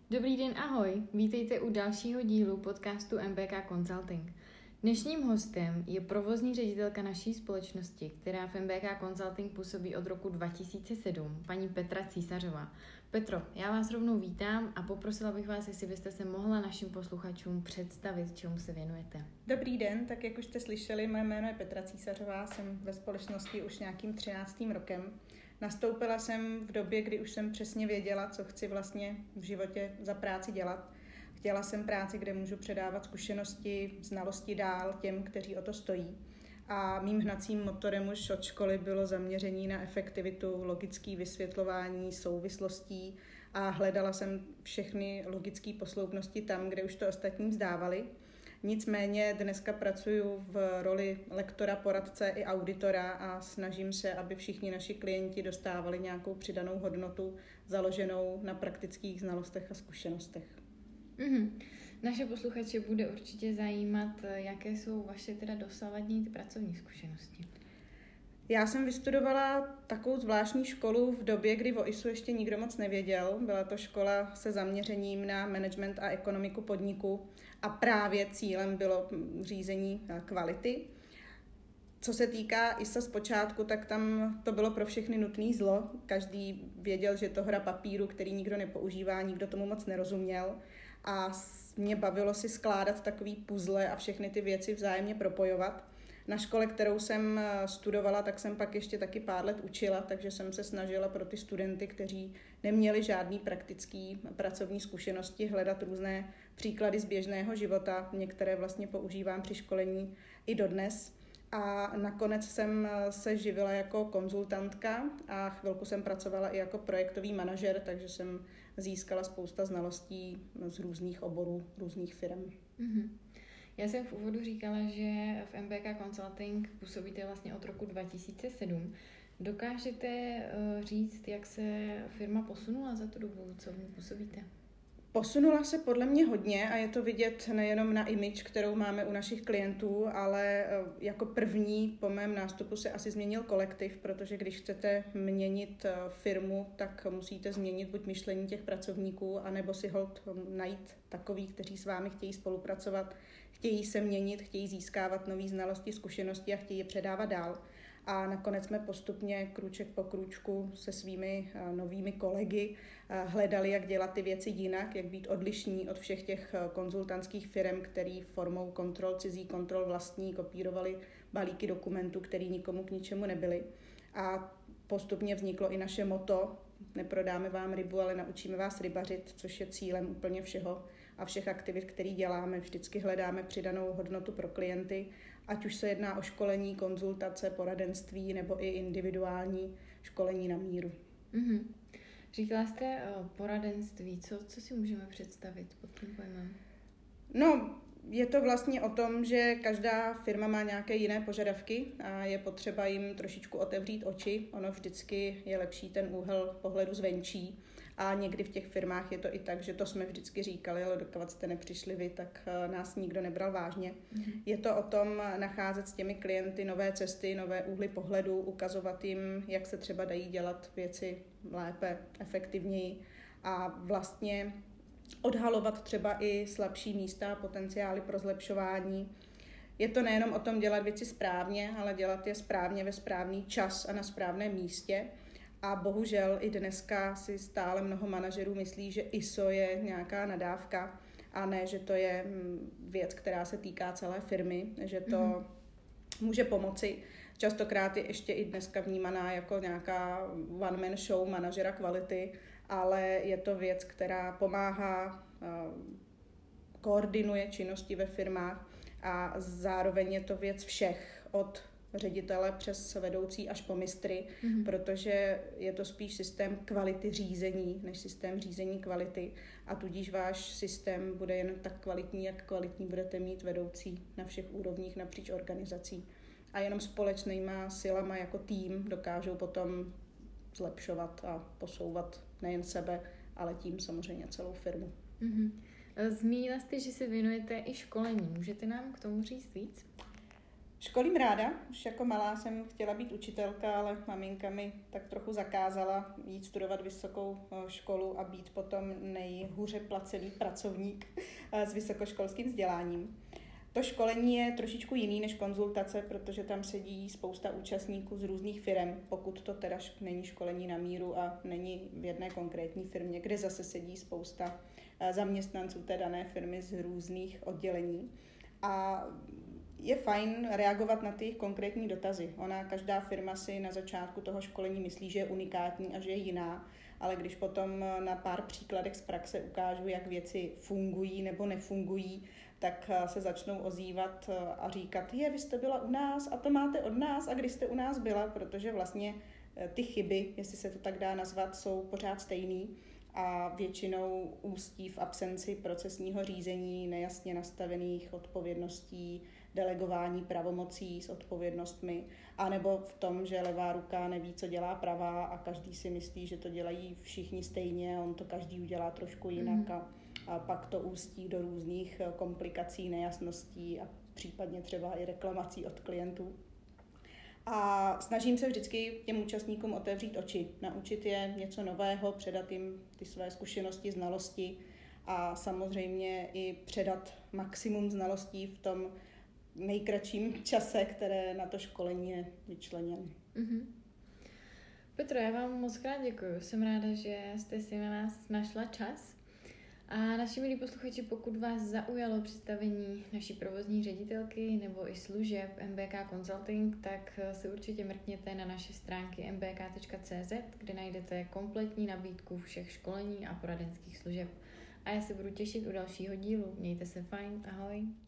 Dobrý den, ahoj! Vítejte u dalšího dílu podcastu MBK Consulting. Dnešním hostem je provozní ředitelka naší společnosti, která v MBK Consulting působí od roku 2007, paní Petra Císařová. Petro, já vás rovnou vítám a poprosila bych vás, jestli byste se mohla našim posluchačům představit, čemu se věnujete. Dobrý den, tak jak už jste slyšeli, moje jméno je Petra Císařová, jsem ve společnosti už nějakým 13. rokem. Nastoupila jsem v době, kdy už jsem přesně věděla, co chci vlastně v životě za práci dělat. Chtěla jsem práci, kde můžu předávat zkušenosti, znalosti dál těm, kteří o to stojí. A mým hnacím motorem už od školy bylo zaměření na efektivitu, logické vysvětlování souvislostí a hledala jsem všechny logické posloupnosti tam, kde už to ostatním zdávali. Nicméně dneska pracuji v roli lektora, poradce i auditora a snažím se, aby všichni naši klienti dostávali nějakou přidanou hodnotu založenou na praktických znalostech a zkušenostech. Naše posluchače bude určitě zajímat, jaké jsou vaše dosavadní pracovní zkušenosti. Já jsem vystudovala takovou zvláštní školu v době, kdy o ISU ještě nikdo moc nevěděl. Byla to škola se zaměřením na management a ekonomiku podniku a právě cílem bylo řízení kvality. Co se týká ISA zpočátku, tak tam to bylo pro všechny nutné zlo. Každý věděl, že to hra papíru, který nikdo nepoužívá, nikdo tomu moc nerozuměl. A mě bavilo si skládat takový puzzle a všechny ty věci vzájemně propojovat. Na škole, kterou jsem studovala, tak jsem pak ještě taky pár let učila, takže jsem se snažila pro ty studenty, kteří neměli žádný praktický pracovní zkušenosti, hledat různé příklady z běžného života. Některé vlastně používám při školení i dodnes. A nakonec jsem se živila jako konzultantka a chvilku jsem pracovala i jako projektový manažer, takže jsem získala spousta znalostí z různých oborů, různých firm. Já jsem v úvodu říkala, že v MBK Consulting působíte vlastně od roku 2007. Dokážete říct, jak se firma posunula za tu dobu, co v ní působíte? Posunula se podle mě hodně a je to vidět nejenom na image, kterou máme u našich klientů, ale jako první po mém nástupu se asi změnil kolektiv, protože když chcete měnit firmu, tak musíte změnit buď myšlení těch pracovníků, anebo si holt najít takový, kteří s vámi chtějí spolupracovat, chtějí se měnit, chtějí získávat nové znalosti, zkušenosti a chtějí je předávat dál. A nakonec jsme postupně krůček po krůčku se svými novými kolegy hledali, jak dělat ty věci jinak, jak být odlišní od všech těch konzultantských firm, který formou kontrol, cizí kontrol vlastní, kopírovali balíky dokumentů, které nikomu k ničemu nebyly. A postupně vzniklo i naše motto: neprodáme vám rybu, ale naučíme vás rybařit, což je cílem úplně všeho a všech aktivit, které děláme. Vždycky hledáme přidanou hodnotu pro klienty, ať už se jedná o školení, konzultace, poradenství nebo i individuální školení na míru. Říkala jste poradenství. Co si můžeme představit pod tím pojmem? No, je to vlastně o tom, že každá firma má nějaké jiné požadavky a je potřeba jim trošičku otevřít oči. Ono vždycky je lepší ten úhel pohledu zvenčí a někdy v těch firmách je to i tak, že to jsme vždycky říkali, ale dokud jste nepřišli vy, tak nás nikdo nebral vážně. Je to o tom nacházet s těmi klienty nové cesty, nové úhly pohledu, ukazovat jim, jak se třeba dají dělat věci lépe, efektivněji a vlastně odhalovat třeba i slabší místa a potenciály pro zlepšování. Je to nejenom o tom dělat věci správně, ale dělat je správně ve správný čas a na správném místě. A bohužel i dneska si stále mnoho manažerů myslí, že ISO je nějaká nadávka a ne, že to je věc, která se týká celé firmy, že to může pomoci. Častokrát je ještě i dneska vnímaná jako nějaká one-man show manažera kvality, ale je to věc, která pomáhá, koordinuje činnosti ve firmách a zároveň je to věc všech, od ředitele přes vedoucí až po mistry, protože je to spíš systém kvality řízení, než systém řízení kvality a tudíž váš systém bude jen tak kvalitní, jak kvalitní budete mít vedoucí na všech úrovních napříč organizací. A jenom společnýma silama jako tým dokážou potom zlepšovat a posouvat nejen sebe, ale tím samozřejmě celou firmu. Zmínila jste, že se věnujete i školení. Můžete nám k tomu říct víc? Školím ráda, už jako malá jsem chtěla být učitelka, ale maminka mi tak trochu zakázala jít studovat vysokou školu a být potom nejhůře placený pracovník s vysokoškolským vzděláním. To školení je trošičku jiný než konzultace, protože tam sedí spousta účastníků z různých firem, pokud to teda není školení na míru a není v jedné konkrétní firmě, kde zase sedí spousta zaměstnanců té dané firmy z různých oddělení. A je fajn reagovat na ty konkrétní dotazy. Každá firma si na začátku toho školení myslí, že je unikátní a že je jiná, ale když potom na pár příkladech z praxe ukážu, jak věci fungují nebo nefungují, tak se začnou ozývat a říkat, vy jste byla u nás a to máte od nás a když jste u nás byla, protože vlastně ty chyby, jestli se to tak dá nazvat, jsou pořád stejný a většinou ústí v absenci procesního řízení, nejasně nastavených odpovědností, delegování pravomocí s odpovědnostmi, anebo v tom, že levá ruka neví, co dělá pravá a každý si myslí, že to dělají všichni stejně a on to každý udělá trošku jinak a pak to ústí do různých komplikací, nejasností a případně třeba i reklamací od klientů. A snažím se vždycky těm účastníkům otevřít oči, naučit je něco nového, předat jim ty své zkušenosti, znalosti a samozřejmě i předat maximum znalostí v tom nejkratším čase, které na to školení je vyčleněn. Mm-hmm. Petro, já vám moc krát děkuju. Jsem ráda, že jste si na nás našla čas. A naši milí posluchači, pokud vás zaujalo představení naší provozní ředitelky nebo i služeb MBK Consulting, tak si určitě mrkněte na naše stránky mbk.cz, kde najdete kompletní nabídku všech školení a poradenských služeb. A já se budu těšit u dalšího dílu. Mějte se fajn, ahoj.